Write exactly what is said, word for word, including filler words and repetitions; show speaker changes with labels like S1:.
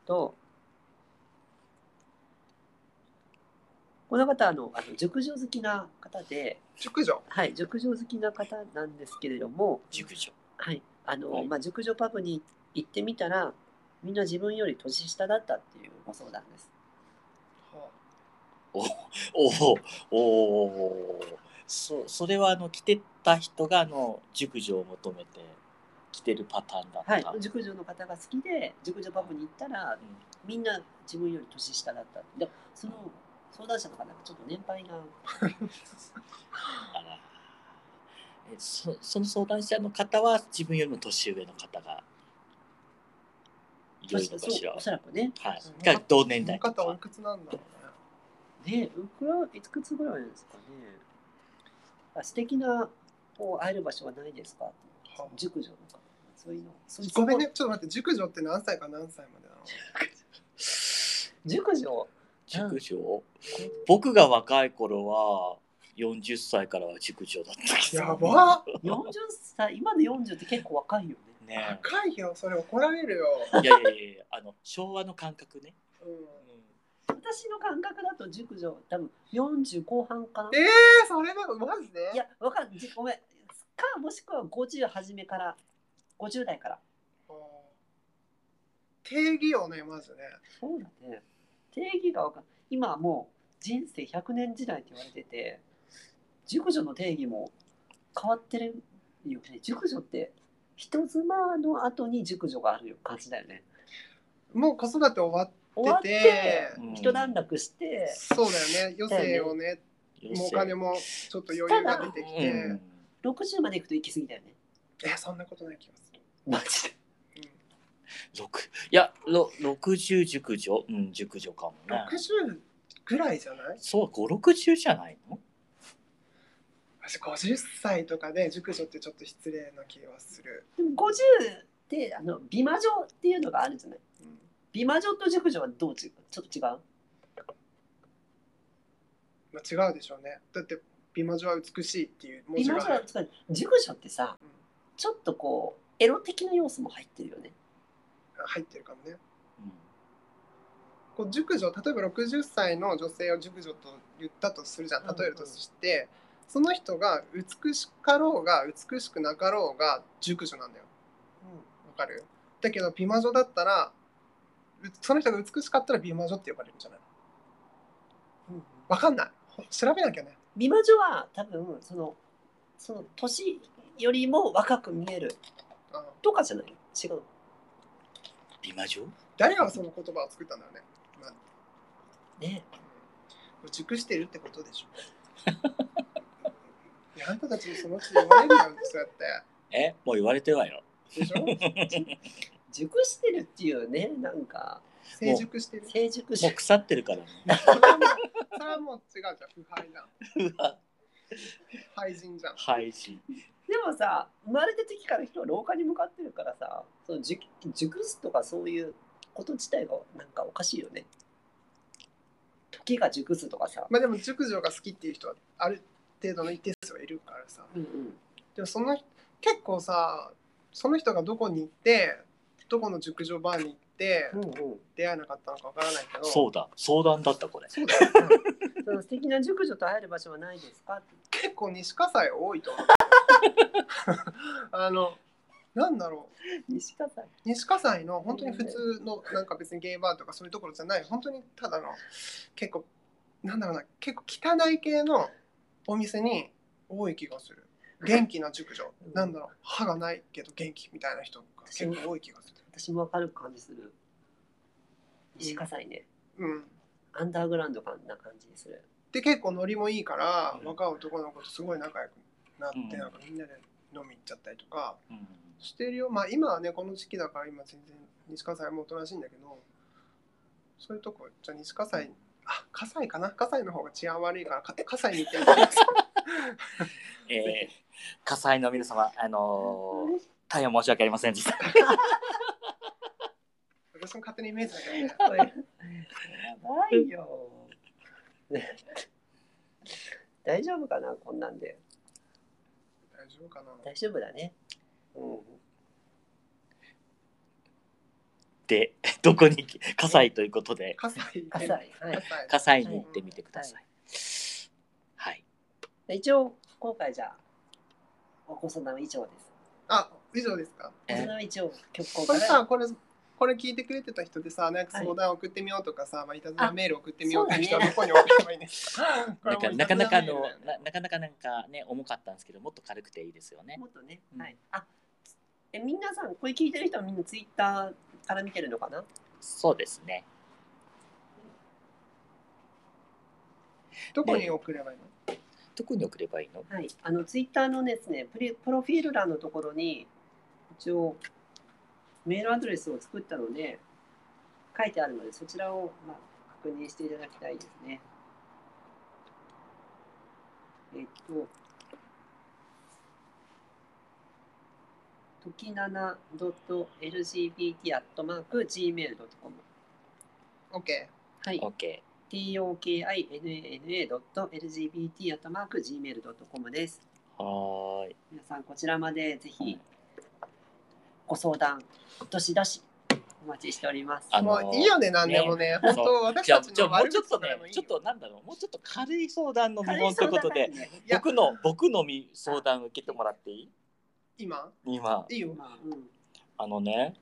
S1: と、この方あのあの熟女好きな方で、
S2: 熟女、
S1: はい、熟女好きな方なんですけれども、
S3: 熟女、
S1: はいあの
S3: はい
S1: まあ、熟女パブに行ってみたらみんな自分より年下だったっていうご相談です。
S2: は
S3: おおおおそそれはあの来てた人があの熟女を求めて来てるパターンだった。
S1: はい、熟女の方が好きで熟女パブに行ったら、
S3: うん
S1: みんな自分より年下だった。でその相談者の方がちょっと年配が
S3: あらえそその相談者の方は自分よりも年上の方がいるのかしら。
S1: そうおそらくね、
S3: はい
S2: その。
S3: が同年
S2: その
S3: 代と
S2: 方おい
S3: か。
S2: くつなんだろうね。
S1: ね、いくらいくつぐらいですかね。あ、素敵なこう会える場所はないですか。
S2: は
S1: 熟女の方、そういうの。そういう
S2: ごめんね、ちょっと待って、熟女って何歳か何歳までなの？
S1: 熟女。
S3: 熟女、僕が若い頃はよんじゅっさいからは熟女だったけど。
S2: やばっ。
S1: よんじゅっさい、今のよんじゅうって結構若いよね。
S3: ね
S2: 若いよ、それ怒られるよ。
S3: え。いやいやいやあの昭和の感覚ね。
S2: うん、
S1: 私の感覚だと熟女多分よんじゅう後半かな。
S2: えー、それでもマジで？
S1: いや、わかんない。ごめん。かもしくはごじゅう初めからごじゅう代から。
S2: あー定義よね、まずね。
S1: そうだね。定義がわかん今はもう人生ひゃくねん時代って言われてて、熟女の定義も変わってるよね。熟女って人妻の後に熟女があるよ感じだよね。
S2: もう子育て終わって
S1: 終わって
S3: うん
S1: 一段落して、
S2: そうだよね、余生をね、もうお金もちょっと余裕が出てきて、
S3: うん
S1: ろくじゅうまで行くと行き過ぎだよね。
S2: え、そんなことない気がする。
S1: マジで。
S3: ろくいやろろくじゅう熟女、うん熟女かもね。
S2: ろくじゅうぐらいじゃない？
S3: そうごろくじゅうじゃないの？
S2: 私ごじゅっさいとかで熟女ってちょっと失礼な気がする。
S1: でもごじゅうってあの美魔女っていうのがあるじゃない。
S2: うん、
S1: 美魔女と熟女はどう違う？ちょっと違う？
S2: まあ、違うでしょうね。だって美魔女は美しいっていう文
S1: 美
S2: 字がある。
S1: 魔女はつか熟女ってさ、
S2: うん、
S1: ちょっとこうエロ的な要素も入ってるよね。
S2: 入ってるかもね。
S3: うん
S2: こう熟女、例えばろくじゅっさいの女性を熟女と言ったとするじゃん。例えるとして、その人が美しかろうが美しくなかろうが熟女なんだよ。わかる？だけど美魔女だったら、うその人が美しかったら美魔女って呼ばれるんじゃない？
S1: うんうん、
S2: わかんない。調べなきゃね。
S1: 美魔女は多分そのその年よりも若く見える
S2: うん、
S1: とかじゃない？違う。
S3: 美魔女？
S2: 誰がその言葉を作ったんだろうね。まあ、
S1: ね。
S2: 熟してるってことでしょ。いや、あんたたちもそのうち言われるよ、そうやって。
S3: えもう言われてるわよ。
S2: でしょ？
S1: 熟してるっていうね、なんか
S2: 成熟してる。
S1: 成熟し
S3: もう腐ってるからね。
S2: それはもう、それはもう違うじゃん。腐敗じゃん。廃人じゃん。
S3: 廃人。
S1: でもさ、生まれた時から人は老化に向かってるからさ、その熟熟すとかそういうこと自体がなんかおかしいよね。時が熟すとかさ。
S2: まあでも熟女が好きっていう人はある程度の一定数はいるからさ。
S1: うんうん。
S2: でもその結構さ、その人がどこに行ってどこの熟女バーに行って
S1: うんうん、
S2: 出会えなかったのかわからないけど、
S3: そうだ相談だったこれ。
S2: そうだよ、
S1: その素敵な熟女と会える場所はないですかって。
S2: 結構西葛西多いと思う。あのなんだろう、
S1: 西葛西
S2: 西葛西の本当に普通のなんか別にゲイバーとかそういうところじゃない、本当にただの結構なんだろうな、結構汚い系のお店に多い気がする。元気な熟女、なんだろう、歯がないけど元気みたいな人が結構多い気がする。
S1: 私もわかる感じする。西葛西ね、
S2: うん。
S1: アンダーグラウンドな感じする。
S2: で結構ノリもいいから、
S3: うん、
S2: 若い男の子とすごい仲良くなって、
S3: うん、
S2: なんかみんなで飲み行っちゃったりとか
S3: うん
S2: してるよ。まあ今はねこの時期だから今全然西葛西もおとなしいんだけど、そういうとこじゃあ西葛西、あ葛西かな、葛西の方が治安悪いからか葛西に行ってみて
S3: えー、葛西の皆様あのー、大変申し訳ありませんでした。
S2: 私も勝手にイメージだけどね。
S1: やばいよ。大丈夫かなこんなんで。
S2: 大丈夫かな。
S1: 大丈夫だね。うん。
S3: ってどこに葛西ということで
S2: 葛西
S1: 葛西、はい、
S3: 葛西に行ってみてください。はい。
S1: 一応今回じゃあご相談は以上です。
S2: あ、以上ですか。
S1: ご相談は以上曲
S2: これさ、これこれ聞いてくれてた人でさ、なんか相談送ってみようとかさ、はい、まあ、いたずらメール送ってみようって人はどこに送ればいいんですか。
S3: なんかなかなかのななかなかなんかね重かったんですけど、もっと軽くていいですよね。
S1: もっとね、はい。あ、え皆さんこれ聞いてる人はみんなツイッターから見てるのかな。
S3: そうですね。
S2: どこに送ればいいの？
S3: どこに送ればいいの？
S1: はい、あのツイッターのですね、プリプロフィール欄のところに一応メールアドレスを作ったので書いてあるので、そちらをまあ確認していただきたいですね。えっと、ときなな エルジービーティー アットマーク ジーメールドットコム。
S2: OK。
S1: はい。
S3: OK。
S1: トキナナ エルジービーティー アットマーク ジーメールドットコム です。
S3: はい。
S1: 皆さんこちらまでぜひご相談どしどしお待ちしております。
S2: あのー、もういいよね、なんでもね。本当私たちの悪口とかでもいいよ。
S3: ちょっとなんだろう、もうちょっと軽い相談の見本ということで、僕の僕のみ相談受けてもらっていい？
S2: 今？
S3: 今。
S2: いいよ。
S3: あのね、